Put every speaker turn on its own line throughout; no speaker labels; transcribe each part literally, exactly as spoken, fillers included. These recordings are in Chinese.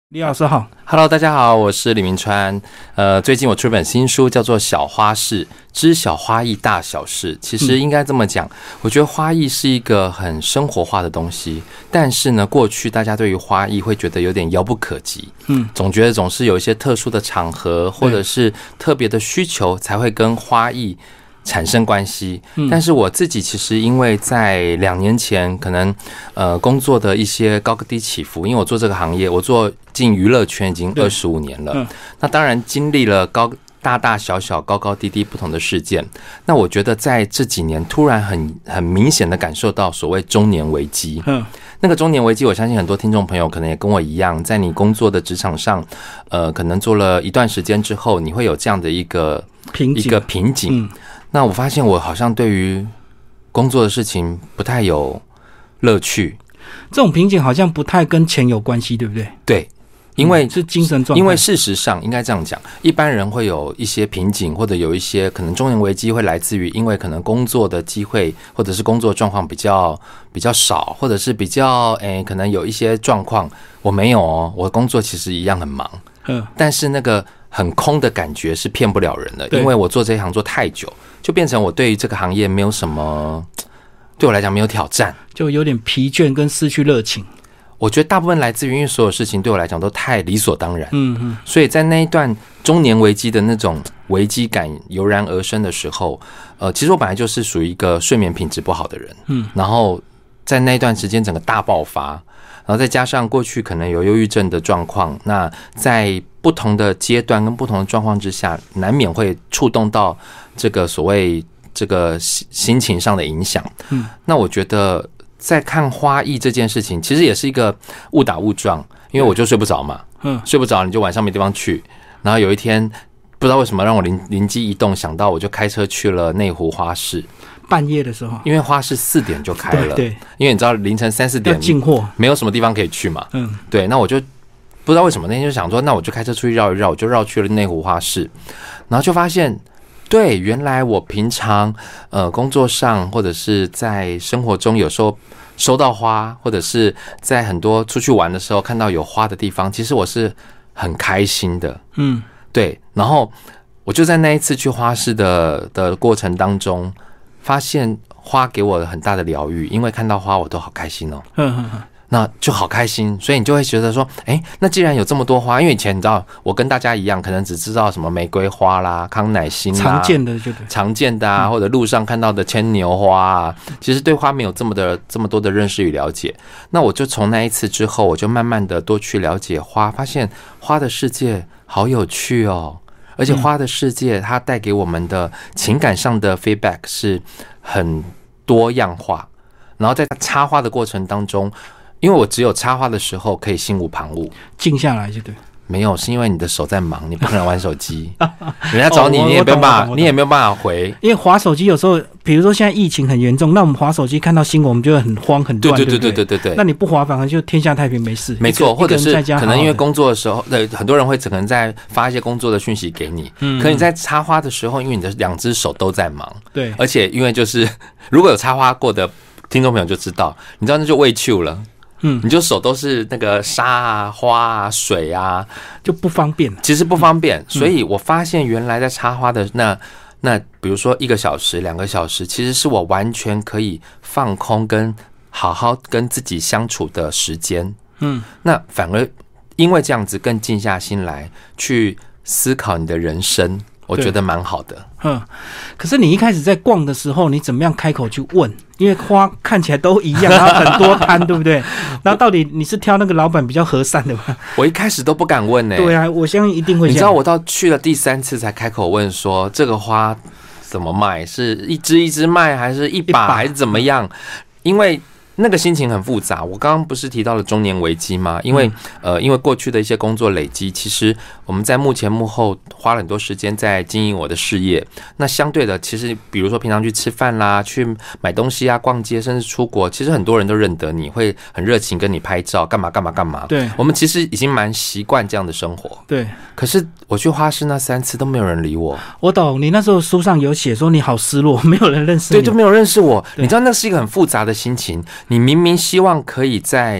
李老师好。
Hello， 大家好，我是李明川。呃，最近我出本新书，叫做《小花事：知晓花艺大小事》。其实应该这么讲，我觉得花艺是一个很生活化的东西，但是呢，过去大家对于花艺会觉得有点遥不可及，嗯，总觉得总是有一些特殊的场合或者是特别的需求才会跟花艺产生关系，但是我自己其实因为在两年前可能呃工作的一些高低起伏，因为我做这个行业，我做进娱乐圈已经二十五年了，嗯、那当然经历了高大大小小、高高低低不同的事件。那我觉得在这几年突然很很明显的感受到所谓中年危机。嗯，那个中年危机，我相信很多听众朋友可能也跟我一样，在你工作的职场上，呃，可能做了一段时间之后，你会有这样的一个瓶颈一个瓶颈。嗯，那我发现我好像对于工作的事情不太有乐趣，
这种瓶颈好像不太跟钱有关系，对不对？
对，因为、
嗯、是精神状态。
因为事实上应该这样讲，一般人会有一些瓶颈，或者有一些可能中年危机会来自于因为可能工作的机会或者是工作状况比较比较少，或者是比较诶可能有一些状况我没有哦，我工作其实一样很忙，嗯，但是那个很空的感觉是骗不了人的，因为我做这一行做太久，就变成我对于这个行业没有什么，对我来讲没有挑战，
就有点疲倦跟失去热情。
我觉得大部分来自于因为所有事情对我来讲都太理所当然，嗯嗯，所以在那一段中年危机的那种危机感油然而生的时候，呃，其实我本来就是属于一个睡眠品质不好的人，嗯，然后在那一段时间整个大爆发，然后再加上过去可能有忧郁症的状况，那在不同的阶段跟不同的状况之下，难免会触动到这个所谓这个心情上的影响。嗯，那我觉得在看花艺这件事情，其实也是一个误打误撞，因为我就睡不着嘛，嗯，睡不着你就晚上没地方去，然后有一天不知道为什么让我灵灵机一动，想到我就开车去了内湖花市。
半夜的时候，因
为花市四点就开了，
对，对，
因为你知道凌晨三四点
要进货，
没有什么地方可以去嘛，嗯，对，那我就不知道为什么那天就想说，那我就开车出去绕一绕，我就绕去了内湖花市，然后就发现，对，原来我平常呃工作上或者是在生活中有时候收到花，或者是在很多出去玩的时候看到有花的地方，其实我是很开心的，嗯，对，然后我就在那一次去花市的的过程当中，发现花给我很大的疗愈，因为看到花我都好开心哦。嗯嗯嗯，那就好开心，所以你就会觉得说，哎，那既然有这么多花，因为以前你知道，我跟大家一样，可能只知道什么玫瑰花啦、康乃馨啦，
常见的就对，
常见的啊，或者路上看到的牵牛花啊，其实对花没有这么的这么多的认识与了解。那我就从那一次之后，我就慢慢的多去了解花，发现花的世界好有趣哦。而且花的世界它带给我们的情感上的 feedback 是很多样化，然后在插花的过程当中，因为我只有插花的时候可以心无旁骛，
静下来就对。
没有，是因为你的手在忙，你不可能玩手机。人家找你，你也没有办法，你也没有办法回。
因为滑手机有时候，比如说现在疫情很严重，那我们滑手机看到新闻，我们就会很慌很乱。
对对对对对对对。
那你不滑，反而就天下太平，没事。
没错，或者是可能因为工作的时候，对很多人会可能在发一些工作的讯息给你，嗯，可你在插花的时候，因为你的两只手都在忙，
对，
而且因为就是如果有插花过的听众朋友就知道，你知道那就畏糗了。嗯，你就手都是那个沙啊、花啊、水啊，
就不方便。
其实不方便，所以我发现原来在插花的那那，比如说一个小时、两个小时，其实是我完全可以放空跟好好跟自己相处的时间。嗯，那反而因为这样子更静下心来去思考你的人生，我觉得蛮好的。
嗯，可是你一开始在逛的时候，你怎么样开口去问？因为花看起来都一样，然后很多摊，对不对？然后到底你是挑那个老板比较和善的吗？
我一开始都不敢问呢、欸。
对啊，我相信一定会。
你知道我到去了第三次才开口问说，这个花怎么卖？是一支一支卖，还是一把，还是怎么样？因为那个心情很复杂。我刚刚不是提到了中年危机吗？因为、嗯、呃，因为过去的一些工作累积，其实我们在幕前幕后花了很多时间在经营我的事业。那相对的，其实比如说平常去吃饭啦、去买东西啊、逛街，甚至出国，其实很多人都认得你，会很热情跟你拍照，干嘛干嘛干嘛。
对，
我们其实已经蛮习惯这样的生活。
对，
可是我去花市那三次都没有人理我。
我懂，你那时候书上有写说你好失落，没有人认识你。
对，就没有认识我。你知道那是一个很复杂的心情。你明明希望可以在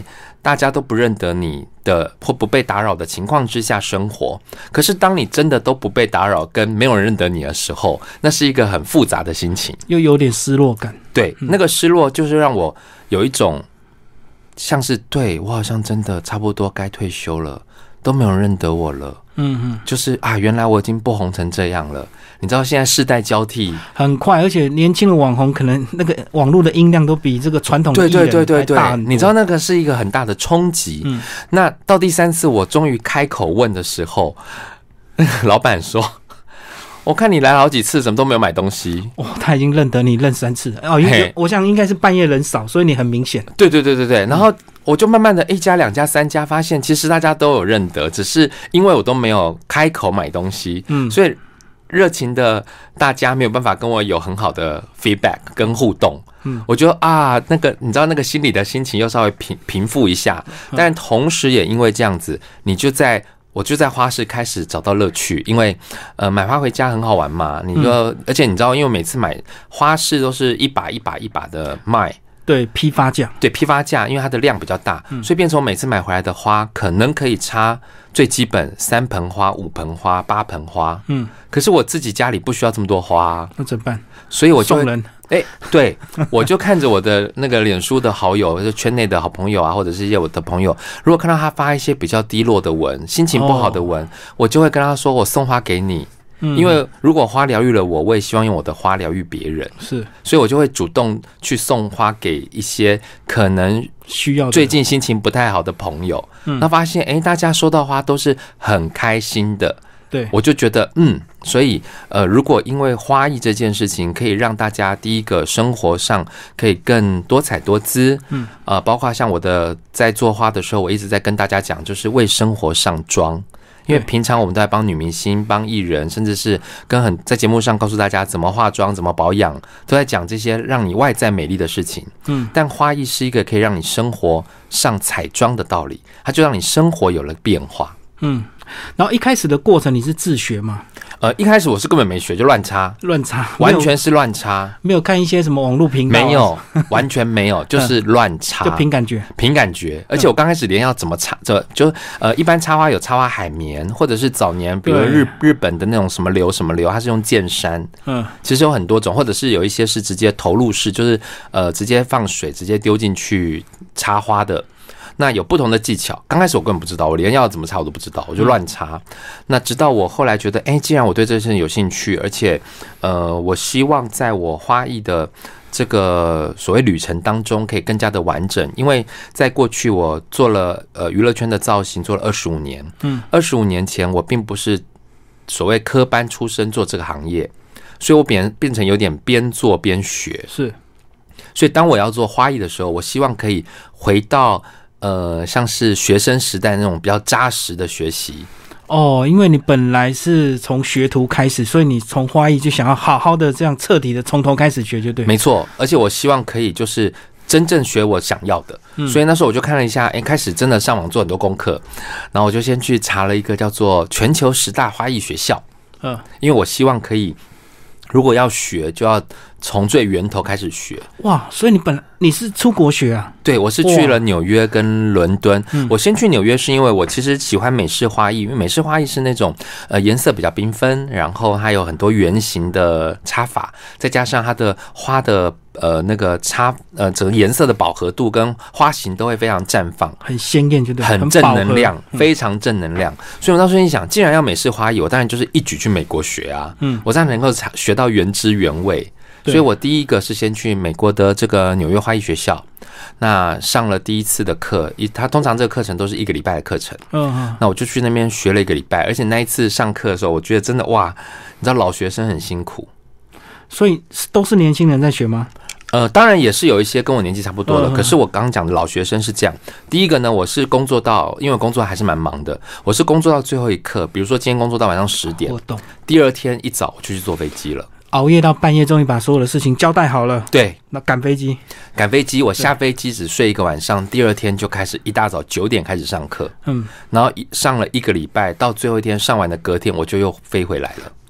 大家都不认得你的或不被打扰的情况之下生活。可是当你真的都不被打扰跟没有人认得你的时候，那是一个很复杂的心情，
又有点失落感。
对，那个失落就是让我有一种像是对我好像真的差不多该退休了，都没有人认得我了。嗯嗯，就是啊，原来我已经不红成这样了。你知道现在世代交替
很快，而且年轻的网红可能那个网络的音量都比这个传统艺人还大很多。对对对对对，
你知道那个是一个很大的冲击。嗯，那到第三次我终于开口问的时候，老板说：“我看你来了好几次，怎么都没有买东西。”
哦，他已经认得你认三次了哦，因为我想应该是半夜人少，所以你很明显。
对对对对对，然后我就慢慢的一家两家三家发现，其实大家都有认得，只是因为我都没有开口买东西，嗯，所以热情的大家没有办法跟我有很好的 feedback 跟互动。嗯，我觉得啊，那个你知道那个心里的心情又稍微平平复一下，但同时也因为这样子，你就在。我就在花市开始找到乐趣，因为呃买花回家很好玩嘛，你就、嗯、而且你知道，因为每次买花市都是一把一把一把的卖，
对批发价，
对批发价，因为它的量比较大，嗯、所以变成我每次买回来的花可能可以插最基本三盆花、五盆花、八盆花，嗯，可是我自己家里不需要这么多花、啊，
那怎么办？
所以我就
送人。
哎、欸，对，我就看着我的那个脸书的好友，就圈内的好朋友啊，或者是一些我的朋友，如果看到他发一些比较低落的文、心情不好的文，哦、我就会跟他说：“我送花给你。嗯”因为如果花疗愈了我，我也希望用我的花疗愈别人。是，所以我就会主动去送花给一些可能
需要、最
近心情不太好的朋友。嗯，那发现哎、欸，大家收到花都是很开心的。对，我就觉得嗯，所以呃，如果因为花艺这件事情可以让大家第一个生活上可以更多彩多姿，嗯，呃，包括像我的在做花的时候，我一直在跟大家讲，就是为生活上妆，因为平常我们都在帮女明星、帮艺人，甚至是跟很在节目上告诉大家怎么化妆、怎么保养，都在讲这些让你外在美丽的事情，嗯，但花艺是一个可以让你生活上彩妆的道理，它就让你生活有了变化，
嗯。然后一开始的过程你是自学吗？
呃，一开始我是根本没学，就乱插，
乱插，
完全是乱插，
没有看一些什么网络频道、啊，
没有，完全没有，就是乱插，
就凭感觉，
凭感觉。而且我刚开始连要怎么插，就就呃，一般插花有插花海绵，或者是早年比如日日本的那种什么流什么流，它是用剑山，嗯，其实有很多种，或者是有一些是直接投入式，就是呃直接放水直接丢进去插花的。那有不同的技巧，刚开始我根本不知道，我连要怎么插我都不知道，我就乱插。那直到我后来觉得，哎、欸，既然我对这件事情有兴趣，而且，呃，我希望在我花艺的这个所谓旅程当中可以更加的完整，因为在过去我做了呃娱乐圈的造型做了二十五年，嗯，二十五年前我并不是所谓科班出身做这个行业，所以我变变成有点边做边学，是。所以当我要做花艺的时候，我希望可以回到。呃，像是学生时代那种比较扎实的学习
哦，因为你本来是从学徒开始，所以你从花艺就想要好好的这样彻底的从头开始学，就对。
没错，而且我希望可以就是真正学我想要的，嗯、所以那时候我就看了一下，哎，开始真的上网做很多功课，然后我就先去查了一个叫做全球十大花艺学校，嗯，因为我希望可以。如果要学，就要从最源头开始学。哇，
所以你本来你是出国学啊？
对，我是去了纽约跟伦敦。我先去纽约是因为我其实喜欢美式花艺，因为美式花艺是那种呃颜色比较缤纷，然后它有很多圆形的插法，再加上它的花的呃那个插呃整个颜色的饱和度跟花型都会非常绽放，
很鲜艳，就对，
很正能量，非常正能量。所以我当时一想，既然要美式花艺，我当然就是一举去美国学啊，嗯，我这样能够学到原汁原味。所以我第一个是先去美国的这个纽约花艺学校，那上了第一次的课，他通常这个课程都是一个礼拜的课程，嗯，那我就去那边学了一个礼拜，而且那一次上课的时候，我觉得真的哇，你知道老学生很辛苦，
所以都是年轻人在学吗？
呃，当然也是有一些跟我年纪差不多的，可是我刚刚讲的老学生是这样。第一个呢，我是工作到，因为我工作还是蛮忙的，我是工作到最后一刻，比如说今天工作到晚上十点，我懂。第二天一早我就去坐飞机了。
熬夜到半夜，终于把所有的事情交代好了。
对，
那赶飞机，
赶飞机，我下飞机只睡一个晚上，第二天就开始一大早九点开始上课，嗯，然后上了一个礼拜，到最后一天上完的隔天，我就又飞回来了。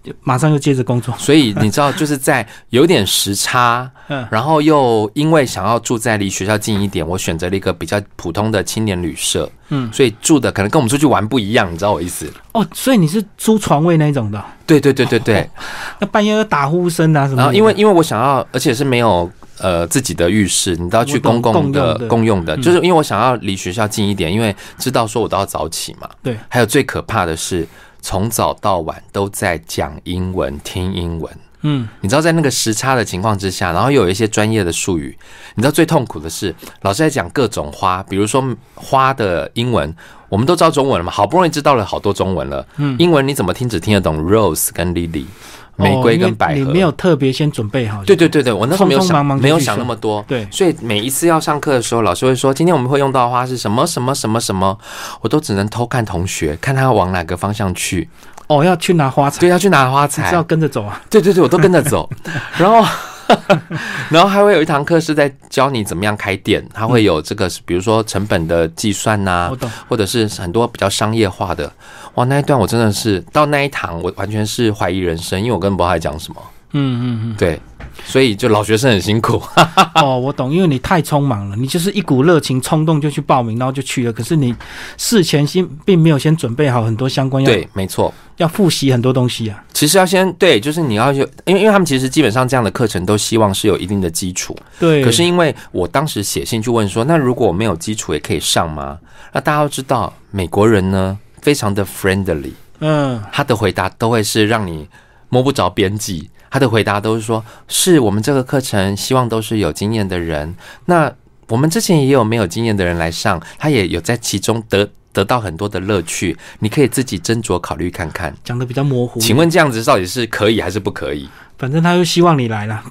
马上又接着工作。
所以你知道，就是在有点时差，然后又因为想要住在离学校近一点，我选择了一个比较普通的青年旅社，嗯，所以住的可能跟我们出去玩不一样，你知道我意思？
哦，所以你是租床位那种的？对
对对对对，哦、
那半夜要打呼声啊什么的？
然后因为因为我想要，而且是没有。呃，自己的浴室，你都要去公共的、共用的，共用的嗯、就是因为我想要离学校近一点，因为知道说我都要早起嘛。
对。
还有最可怕的是，从早到晚都在讲英文、听英文。嗯，你知道在那个时差的情况之下，然后又有一些专业的术语，你知道最痛苦的是，老师在讲各种花，比如说花的英文，我们都知道中文了嘛，好不容易知道了好多中文了。嗯。英文你怎么听只听得懂 rose 跟 lily？玫瑰跟百合、哦，
你没有特别先准备好。
对对对对，我那时候没有想，
匆匆忙忙
没有想那么多。
对，
所以每一次要上课的时候，老师会说：“今天我们会用到的花是什么什么什么什么。”我都只能偷看同学，看他要往哪个方向去。
哦，要去拿花材。
对，要去拿花材，
是要跟着走啊。
对对对，我都跟着走。然后。然后还会有一堂课是在教你怎么样开店，它会有这个，比如说成本的计算呐、啊，或者是很多比较商业化的。哇，那一段我真的是到那一堂，我完全是怀疑人生，因为我根本不知道他在讲什么。嗯嗯嗯，对。所以就老学生很辛苦。
哦，我懂，因为你太匆忙了，你就是一股热情冲动就去报名，然后就去了。可是你事前先并没有先准备好很多相关要
对，没错，
要复习很多东西啊。
其实要先对，就是你要有，因为因为他们其实基本上这样的课程都希望是有一定的基础。
对。
可是因为我当时写信去问说，那如果我没有基础也可以上吗？那大家都知道，美国人呢非常的 friendly， 嗯，他的回答都会是让你摸不着边际。他的回答都是说，是我们这个课程希望都是有经验的人，那我们之前也有没有经验的人来上，他也有在其中得得到很多的乐趣，你可以自己斟酌考虑看看。
讲得比较模糊，
请问这样子到底是可以还是不可以？
反正他又希望你来了。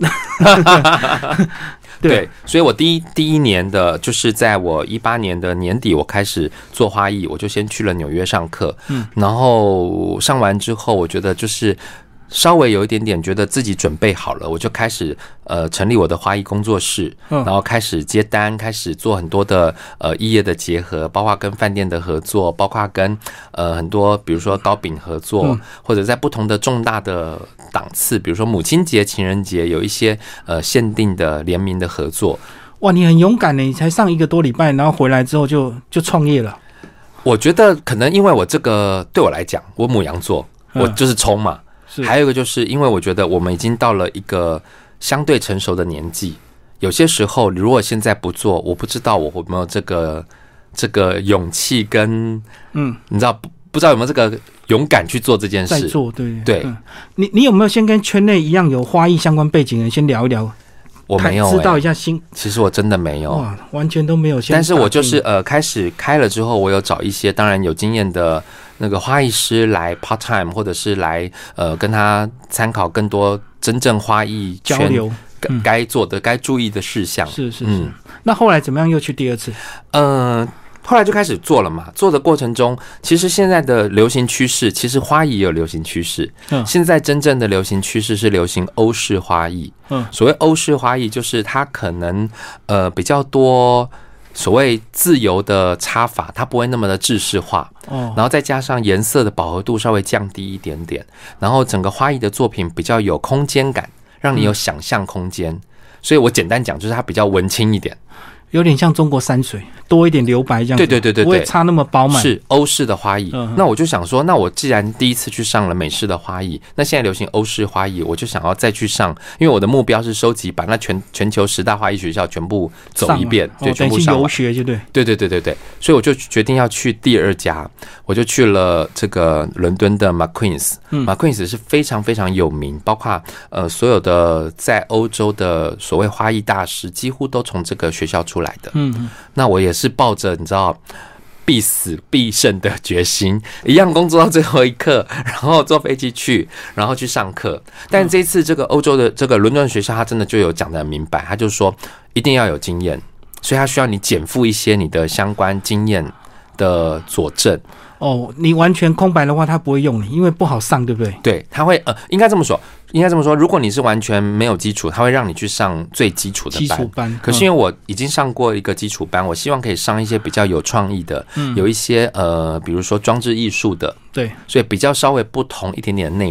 对, 对，所以我第一第一年的就是在我一八年的年底，我开始做花艺，我就先去了纽约上课，嗯，然后上完之后，我觉得就是稍微有一点点觉得自己准备好了，我就开始呃成立我的花艺工作室，然后开始接单，开始做很多的呃异业的结合，包括跟饭店的合作，包括跟呃很多比如说糕饼合作，嗯、或者在不同的重大的档次，比如说母亲节、情人节，有一些呃限定的联名的合作。
哇，你很勇敢呢！你才上一个多礼拜，然后回来之后就就创业了。
我觉得可能因为我这个对我来讲，我牡羊座，我就是冲嘛。还有一个就是因为我觉得我们已经到了一个相对成熟的年纪，有些时候如果现在不做，我不知道我会没有这个这个勇气跟嗯，你知道不不知道有没有这个勇敢去做这件事。
在做，对
对。
嗯、你你有没有先跟圈内一样有花艺相关背景的人先聊一聊？
我没有、欸，
知道一下新。
其实我真的没有，
哇，完全都没有先。
但是我就是呃，开始开了之后，我有找一些当然有经验的那个花艺师来 part time， 或者是来呃跟他参考更多真正花艺
交流
该做的、该、嗯、注意的事项。
是是是、嗯。那后来怎么样？又去第二次？
嗯、呃。后来就开始做了嘛，做的过程中，其实现在的流行趋势，其实花艺也有流行趋势。嗯，现在真正的流行趋势是流行欧式花艺。嗯，所谓欧式花艺，就是它可能呃比较多所谓自由的插法，它不会那么的制式化。哦，然后再加上颜色的饱和度稍微降低一点点，然后整个花艺的作品比较有空间感，让你有想象空间。嗯、所以我简单讲，就是它比较文青一点。
有点像中国山水，多一点留白这样子，
对对对对，
不会差那么饱满。
是欧式的花艺、嗯，那我就想说，那我既然第一次去上了美式的花艺，那现在流行欧式花艺，我就想要再去上，因为我的目标是收集，把那全全球十大花艺学校全部走一遍，对，
哦、
全部上完。
游学就对，
对对对对对，所以我就决定要去第二家，我就去了这个伦敦的 McQueen's， 嗯 ，McQueen's 是非常非常有名，包括呃所有的在欧洲的所谓花艺大师，几乎都从这个学校出来的，嗯。那我也是抱着你知道必死必胜的决心，一样工作到最后一刻，然后坐飞机去，然后去上课。但这一次这个欧洲的这个伦敦学校，他真的就有讲得很明白，他就说一定要有经验，所以他需要你减负一些你的相关经验的佐证。
哦，你完全空白的话，他不会用你，因为不好上，对不对？
对，他会呃，应该这么说，应该这么说。如果你是完全没有基础，他会让你去上最基础的班。基
础班。嗯、
可是因为我已经上过一个基础班，我希望可以上一些比较有创意的，嗯、有一些呃，比如说装置艺术的，
对，
所以比较稍微不同一点点的内容。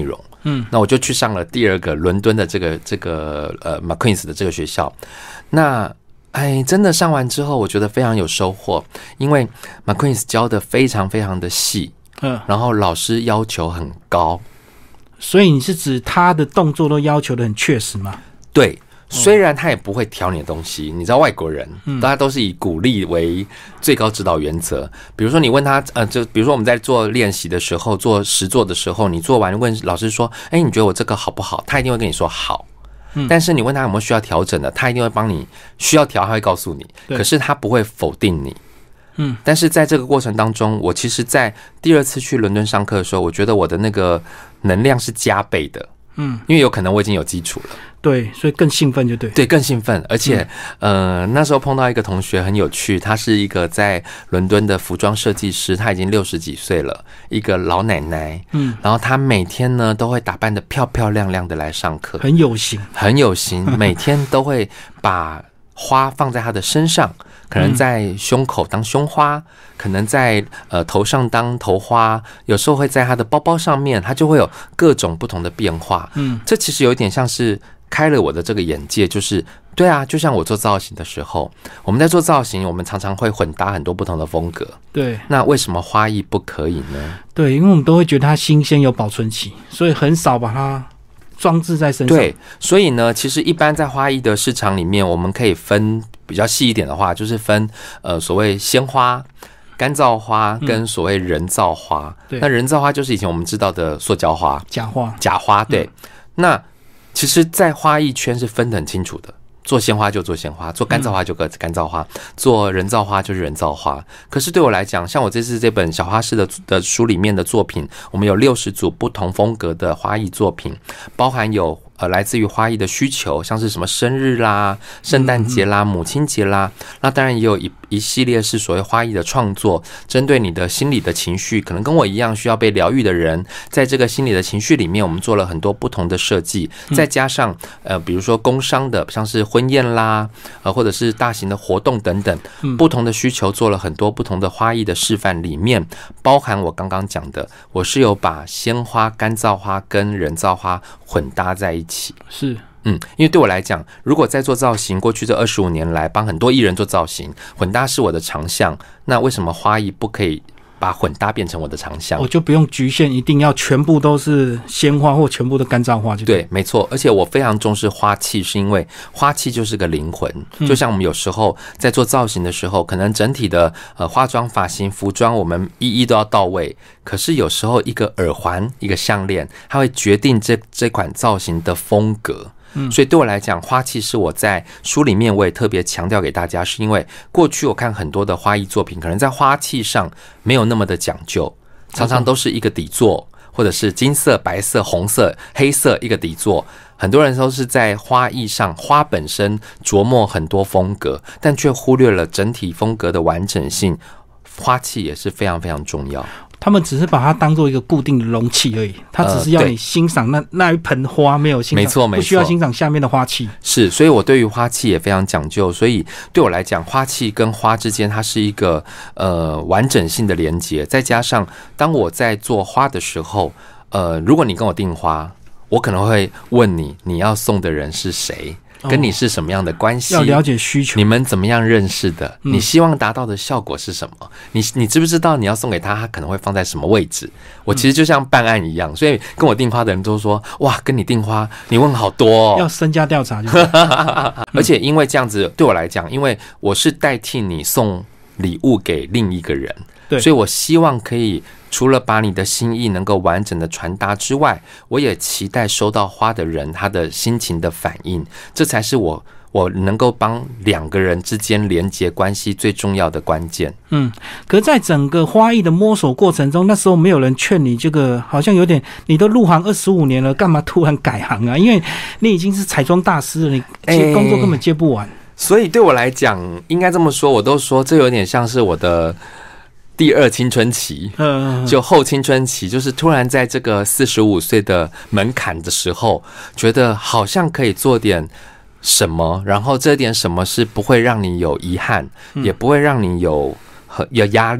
嗯，那我就去上了第二个伦敦的这个这个呃 McQueen's 的这个学校。那哎，真的上完之后，我觉得非常有收获，因为 McQueen's 教的非常非常的细，嗯，然后老师要求很高。
所以你是指他的动作都要求的很确实吗？
对，虽然他也不会挑你的东西，你知道外国人，大家都是以鼓励为最高指导原则。比如说你问他，呃，就比如说我们在做练习的时候，做实作的时候，你做完问老师说，哎，你觉得我这个好不好？他一定会跟你说好。但是你问他有没有需要调整的，他一定会帮你需要调，他会告诉你。可是他不会否定你。嗯，但是在这个过程当中，我其实在第二次去伦敦上课的时候，我觉得我的那个能量是加倍的。嗯，因为有可能我已经有基础了。
对，所以更兴奋就对。
对，更兴奋，而且、嗯、呃，那时候碰到一个同学很有趣，他是一个在伦敦的服装设计师，他已经六十几岁了，一个老奶奶。嗯，然后他每天呢都会打扮得漂漂亮亮的来上课，
很有型，
很有型，每天都会把花放在他的身上。可能在胸口当胸花，可能在呃头上当头花，有时候会在他的包包上面，它就会有各种不同的变化。嗯，这其实有一点像是开了我的这个眼界，就是对啊，就像我做造型的时候，我们在做造型，我们常常会混搭很多不同的风格。对，那为什么花艺不可以呢？
对，因为我们都会觉得它新鲜有保存期，所以很少把它装置在身上。
对，所以呢，其实一般在花艺的市场里面，我们可以分比较细一点的话，就是分呃所谓鲜花、干燥花跟所谓人造花。嗯、那人造花就是以前我们知道的塑胶花、
假花、
假花。对，嗯、那其实，在花艺圈是分得很清楚的。做鲜花就做鲜花，做干燥花就干燥花，嗯、做人造花就是人造花。可是对我来讲，像我这次这本小花式的的书里面的作品，我们有六十组不同风格的花艺作品，包含有呃来自于花艺的需求，像是什么生日啦、圣诞节啦、母亲节啦，那当然也有一一系列是所谓花艺的创作，针对你的心理的情绪，可能跟我一样需要被疗愈的人，在这个心理的情绪里面，我们做了很多不同的设计，再加上呃比如说工商的，像是婚宴啦，呃或者是大型的活动等等，不同的需求做了很多不同的花艺的示范，里面包含我刚刚讲的，我是有把鲜花、干燥花跟人造花混搭在一起。
是。
嗯，因为对我来讲，如果在做造型，过去这二十五年来帮很多艺人做造型，混搭是我的长项，那为什么花艺不可以把混搭变成我的长项？
我就不用局限一定要全部都是鲜花或全部的干燥花就对。
对，没错。而且我非常重视花器，是因为花器就是个灵魂。就像我们有时候在做造型的时候，可能整体的呃化妆、发型、服装，我们一一都要到位。可是有时候一个耳环、一个项链，它会决定这这款造型的风格。所以对我来讲，花器是我在书里面我也特别强调给大家，是因为过去我看很多的花艺作品，可能在花器上没有那么的讲究，常常都是一个底座，或者是金色、白色、红色、黑色一个底座。很多人都是在花艺上，花本身琢磨很多风格，但却忽略了整体风格的完整性。花器也是非常非常重要。
他们只是把它当做一个固定的容器而已，他只是要你欣赏那、呃、那一盆花，没有欣赏，
没错没错，
不需要欣赏下面的花器。
是，所以我对于花器也非常讲究。所以对我来讲，花器跟花之间，它是一个呃完整性的连接。再加上当我在做花的时候，呃，如果你跟我订花，我可能会问你，你要送的人是谁？跟你是什么样的关系？
要了解需求，
你们怎么样认识的？你希望达到的效果是什么？你你知不知道你要送给他，他可能会放在什么位置？我其实就像办案一样，所以跟我订花的人都说：哇，跟你订花，你问好多哦，
要身家调查就是。
而且因为这样子，对我来讲，因为我是代替你送礼物给另一个人，对，所以我希望可以。除了把你的心意能够完整的传达之外，我也期待收到花的人他的心情的反应，这才是我我能够帮两个人之间连结关系最重要的关键。
嗯，可是在整个花艺的摸索过程中，那时候没有人劝你这个，好像有点你都入行二十五年了，干嘛突然改行啊？因为你已经是彩妆大师了，你其实工作根本接不完。欸、
所以对我来讲，应该这么说，我都说这有点像是我的。第二青春期，就后青春期，就是突然在这个四十五岁的门槛的时候，觉得好像可以做点什么，然后这点什么是不会让你有遗憾，也不会让你有有压力，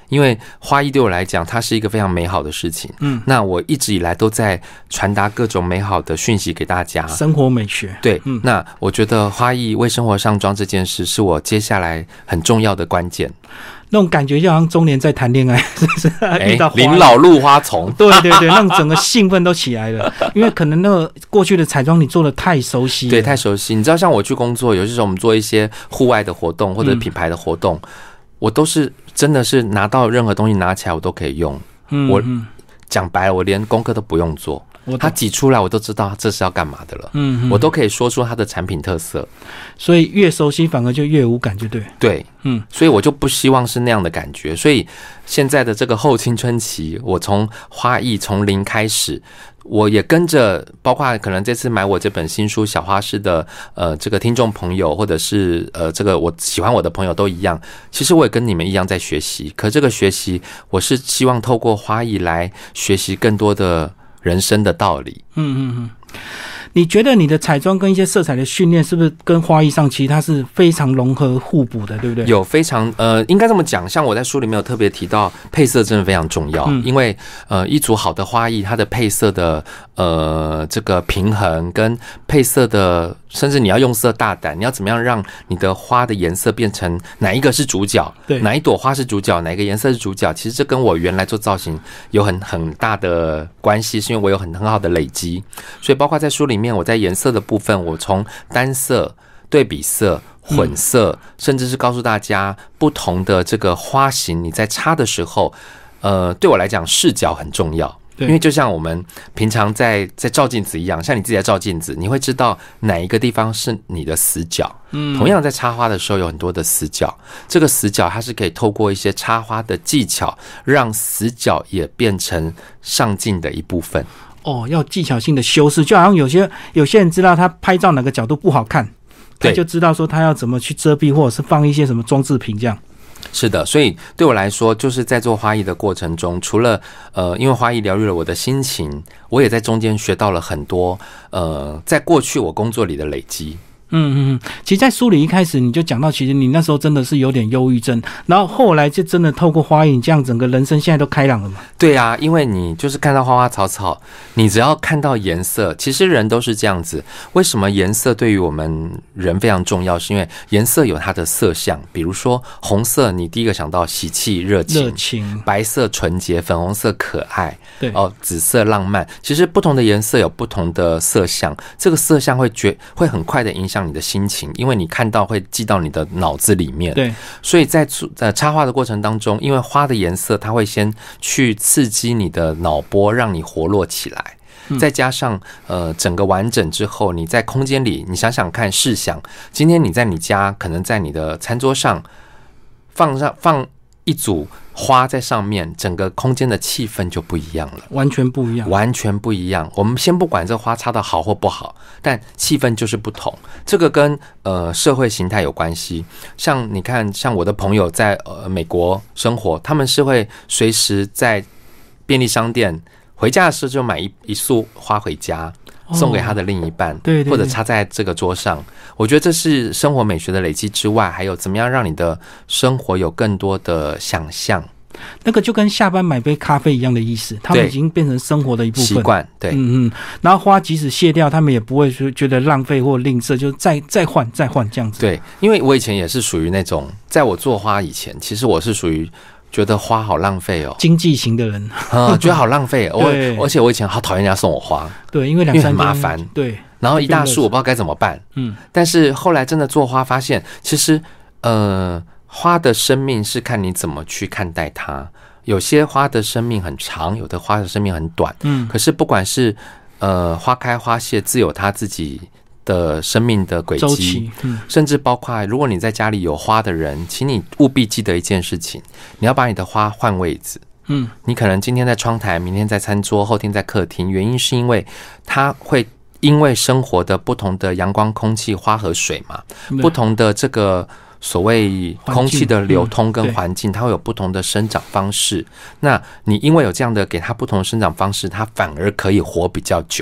因为花艺对我来讲，它是一个非常美好的事情。嗯，那我一直以来都在传达各种美好的讯息给大家，
生活美学。
对，嗯，那我觉得花艺为生活上妆这件事，是我接下来很重要的关键。
那种感觉就好像中年在谈恋爱，是不是？遇到
临老入花丛，
对对对，那种整个兴奋都起来了，因为可能那个过去的彩妆你做的太熟悉了，
对，太熟悉。你知道，像我去工作，有些时候我们做一些户外的活动或者品牌的活动，嗯、我都是真的是拿到任何东西拿起来我都可以用。嗯，我讲白了，我连功课都不用做。它挤出来我都知道这是要干嘛的了，嗯，我都可以说出它的产品特色，
所以越熟悉反而就越无感，就对，
对，嗯，所以我就不希望是那样的感觉，所以现在的这个后青春期，我从花艺从零开始，我也跟着，包括可能这次买我这本新书《小花师》的呃这个听众朋友，或者是呃这个我喜欢我的朋友都一样，其实我也跟你们一样在学习，可这个学习我是希望透过花艺来学习更多的人生的道理。
嗯嗯嗯，你觉得你的彩妆跟一些色彩的训练是不是跟花艺上其实它是非常融合互补的，对不对？
有非常呃，应该这么讲，像我在书里面有特别提到，配色真的非常重要，嗯、因为呃一组好的花艺，它的配色的呃这个平衡跟配色的，甚至你要用色大胆，你要怎么样让你的花的颜色变成哪一个是主角，对，哪一朵花是主角，哪一个颜色是主角，其实这跟我原来做造型有很很大的关系，是因为我有很很好的累积，所以包括在书里面，我在颜色的部分，我从单色、对比色、混色，嗯、甚至是告诉大家不同的这个花型，你在插的时候，呃，对我来讲视角很重要。因为就像我们平常在在照镜子一样，像你自己在照镜子，你会知道哪一个地方是你的死角。嗯，同样在插花的时候有很多的死角，这个死角它是可以透过一些插花的技巧，让死角也变成上镜的一部分。
哦，要技巧性的修饰，就好像有些有些人知道他拍照哪个角度不好看，他就知道说他要怎么去遮蔽，或者是放一些什么装置品这样。
是的，所以对我来说，就是在做花艺的过程中，除了呃，因为花艺疗愈了我的心情，我也在中间学到了很多呃，在过去我工作里的累积。
嗯嗯，其实，在书里一开始你就讲到，其实你那时候真的是有点忧郁症，然后后来就真的透过花艺，你这样整个人生现在都开朗了嘛？
对啊，因为你就是看到花花草草，你只要看到颜色，其实人都是这样子。为什么颜色对于我们人非常重要？是因为颜色有它的色相，比如说红色，你第一个想到喜气、热情；
热情，
白色纯洁，粉红色可爱，
对
哦，紫色浪漫。其实不同的颜色有不同的色相，这个色相会觉会很快的影响你的心情，因为你看到会记到你的脑子里面。
对，
所以在呃插花的过程当中，因为花的颜色它会先去刺激你的脑波，让你活络起来。再加上呃整个完整之后，你在空间里，你想想看，试想今天你在你家，可能在你的餐桌上放上放一组花在上面，整个空间的气氛就不一样了，
完全不一样，
完全不一样。我们先不管这花插的好或不好，但气氛就是不同。这个跟呃社会形态有关系。像你看，像我的朋友在呃美国生活，他们是会随时在便利商店回家的时候就买一一束花回家，送给他的另一半，
哦、对对对，
或者插在这个桌上。我觉得这是生活美学的累积之外，还有怎么样让你的生活有更多的想象。
那个就跟下班买杯咖啡一样的意思，他们已经变成生活的一部分
习惯。对，
嗯嗯。然后花即使卸掉，他们也不会觉得浪费或吝啬，就再再换再换这样子。
对，因为我以前也是属于那种，在我做花以前，其实我是属于觉得花好浪费哦，
经济型的人，
嗯，觉得好浪费。我而且我以前好讨厌人家送我花，
对，因为两三
因为很麻烦，
对。
然后一大束我不知道该怎么办，嗯。但是后来真的做花，发现其实呃，花的生命是看你怎么去看待它。有些花的生命很长，有的花的生命很短，嗯。可是不管是呃花开花谢，自有它自己的生命的轨迹，嗯，甚至包括如果你在家里有花的人，请你务必记得一件事情，你要把你的花换位置。嗯，你可能今天在窗台，明天在餐桌，后天在客厅，原因是因为它会因为生活的不同的阳光、空气、花和水嘛，不同的这个所谓空气的流通跟环境，它会有不同的生长方式。那你因为有这样的给它不同的生长方式，它反而可以活比较久。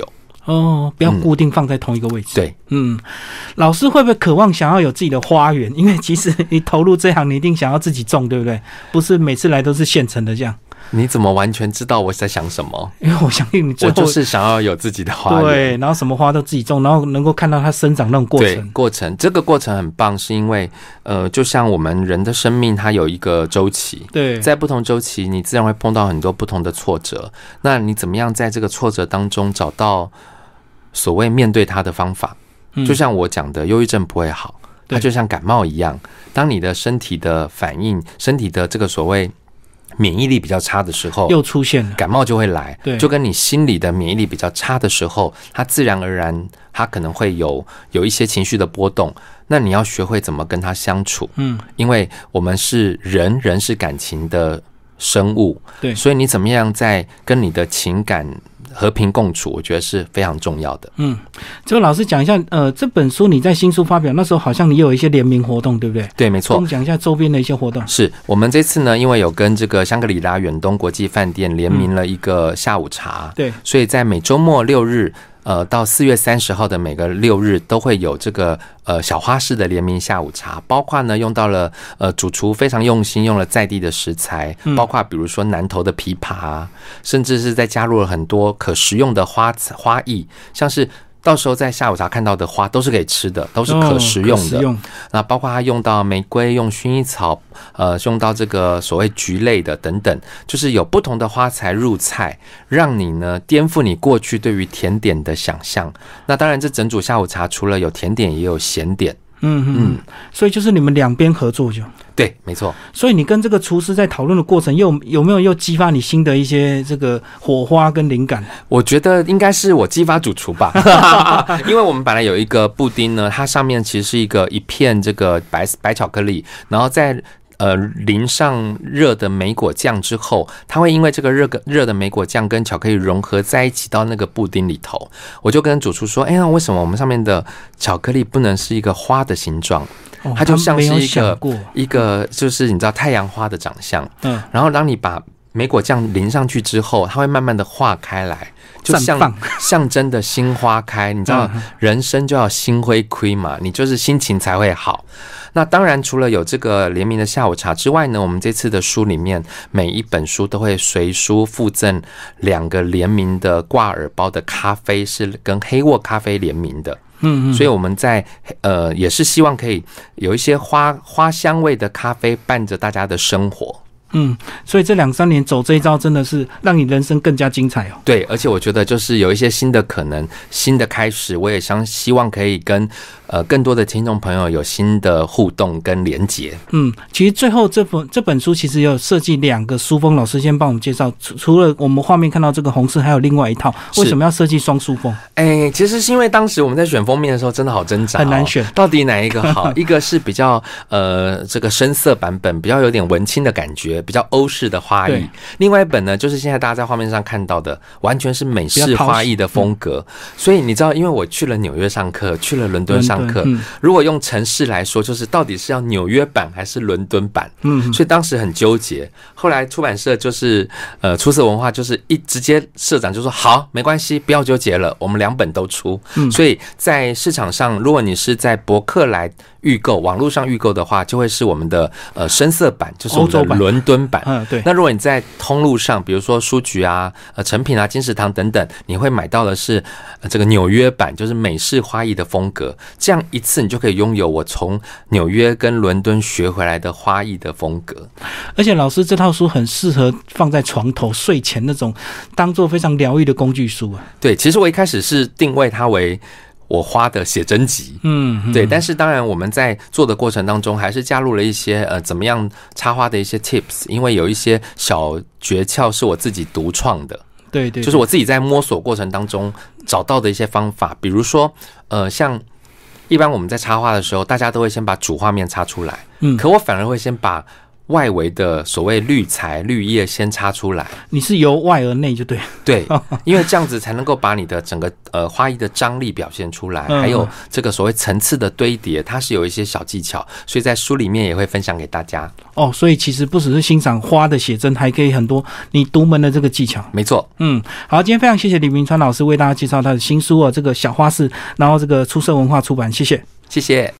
哦，不要固定放在同一个位置。
嗯、对，
嗯，老师会不会渴望想要有自己的花园？因为其实你投入这行，你一定想要自己种，对不对？不是每次来都是现成的这样。
你怎么完全知道我在想什么？
因为我相信你最后，
我就是想要有自己的花园，
对，然后什么花都自己种，然后能够看到它生长那种过程。
对，过程这个过程很棒，是因为呃，就像我们人的生命，它有一个周期，
对，
在不同周期，你自然会碰到很多不同的挫折。那你怎么样在这个挫折当中找到所谓面对它的方法？嗯、就像我讲的，忧郁症不会好，它就像感冒一样，当你的身体的反应，身体的这个所谓免疫力比较差的时候，
又出现了
感冒就会来，
对，
就跟你心理的免疫力比较差的时候，它自然而然，它可能会有有一些情绪的波动。那你要学会怎么跟它相处，嗯，因为我们是人，人是感情的生物，
对，
所以你怎么样在跟你的情感和平共处，我觉得是非常重要的。
嗯，这个老师讲一下，呃，这本书你在新书发表那时候，好像你有一些联名活动，对不对？
对，没错。
跟我们讲一下周边的一些活动。
是我们这次呢，因为有跟这个香格里拉远东国际饭店联名了一个下午茶，嗯、
对，
所以在每周末六日。呃，到四月三十号的每个六日都会有这个呃小花式的联名下午茶，包括呢用到了呃主厨非常用心，用了在地的食材，包括比如说南投的枇杷啊，甚至是再加入了很多可食用的花花艺，像是。到时候在下午茶看到的花都是可以吃的，都是可食用的。哦、那包括它用到玫瑰，用薰衣草，呃，用到这个所谓菊类的等等，就是有不同的花材入菜，让你呢颠覆你过去对于甜点的想象。那当然，这整组下午茶除了有甜点，也有咸点。
嗯嗯，所以就是你们两边合作就
对，没错。
所以你跟这个厨师在讨论的过程，又有没有又激发你新的一些这个火花跟灵感？
我觉得应该是我激发主厨吧，因为我们本来有一个布丁呢，它上面其实是一个一片这个白白巧克力，然后在。呃，淋上热的莓果酱之后，它会因为这个热热的莓果酱跟巧克力融合在一起到那个布丁里头。我就跟主厨说：“哎呀，为什么我们上面的巧克力不能是一个花的形状？
哦、
它就像是一个一个，就是你知道太阳花的长相。嗯，然后当你把莓果酱淋上去之后，它会慢慢的化开来。”就像象征的心花开，你知道人生就要心会亏嘛，你就是心情才会好。那当然除了有这个联名的下午茶之外呢，我们这次的书里面每一本书都会随书附赠两个联名的挂耳包的咖啡，是跟黑沃咖啡联名的。嗯嗯，所以我们在呃也是希望可以有一些花花香味的咖啡伴着大家的生活。
嗯，所以这两三年走这一招，真的是让你人生更加精彩哦。
对，而且我觉得就是有一些新的可能、新的开始，我也想希望可以跟呃更多的听众朋友有新的互动跟连结。嗯，
其实最后这本这本书其实有设计两个书封，老师先帮我们介绍。除除了我们画面看到这个红色，还有另外一套，为什么要设计双书封？
哎、欸，其实是因为当时我们在选封面的时候，真的好挣扎、哦，
很难选，
到底哪一个好？一个是比较呃这个深色版本，比较有点文青的感觉。比较欧式的花艺，另外一本呢，就是现在大家在画面上看到的，完全是美式花艺的风格。嗯、所以你知道，因为我去了纽约上课，去了伦敦上课，嗯、如果用城市来说，就是到底是要纽约版还是伦敦版？嗯，所以当时很纠结。后来出版社就是呃出色文化，就是一直接社长就说好，没关系，不要纠结了，我们两本都出。嗯，所以在市场上，如果你是在博客来预购，网络上预购的话，就会是我们的呃深色版，就是我们的伦敦版。嗯，对。那如果你在通路上，比如说书局啊、呃诚品啊、金石堂等等，你会买到的是、呃、这个纽约版，就是美式花艺的风格。这样一次你就可以拥有我从纽约跟伦敦学回来的花艺的风格。
而且老师这套书很适合放在床头睡前那种，当做非常疗愈的工具书啊。
对，其实我一开始是定位它为我花的写真集，嗯，对，但是当然我们在做的过程当中，还是加入了一些呃怎么样插花的一些 tips， 因为有一些小诀窍是我自己独创的，
对 对, 对，
就是我自己在摸索过程当中找到的一些方法，比如说呃像一般我们在插花的时候，大家都会先把主画面插出来，嗯，可我反而会先把外围的所谓绿材绿叶先插出来。
你是由外而内就对。
对，因为这样子才能够把你的整个呃花艺的张力表现出来，
嗯、
还有这个所谓层次的堆叠，它是有一些小技巧，所以在书里面也会分享给大家。
哦，所以其实不只是欣赏花的写真，还可以很多你独门的这个技巧。
没错，
嗯，好，今天非常谢谢李铭传老师为大家介绍他的新书啊，这个小花市，然后这个出色文化出版，谢谢，
谢谢。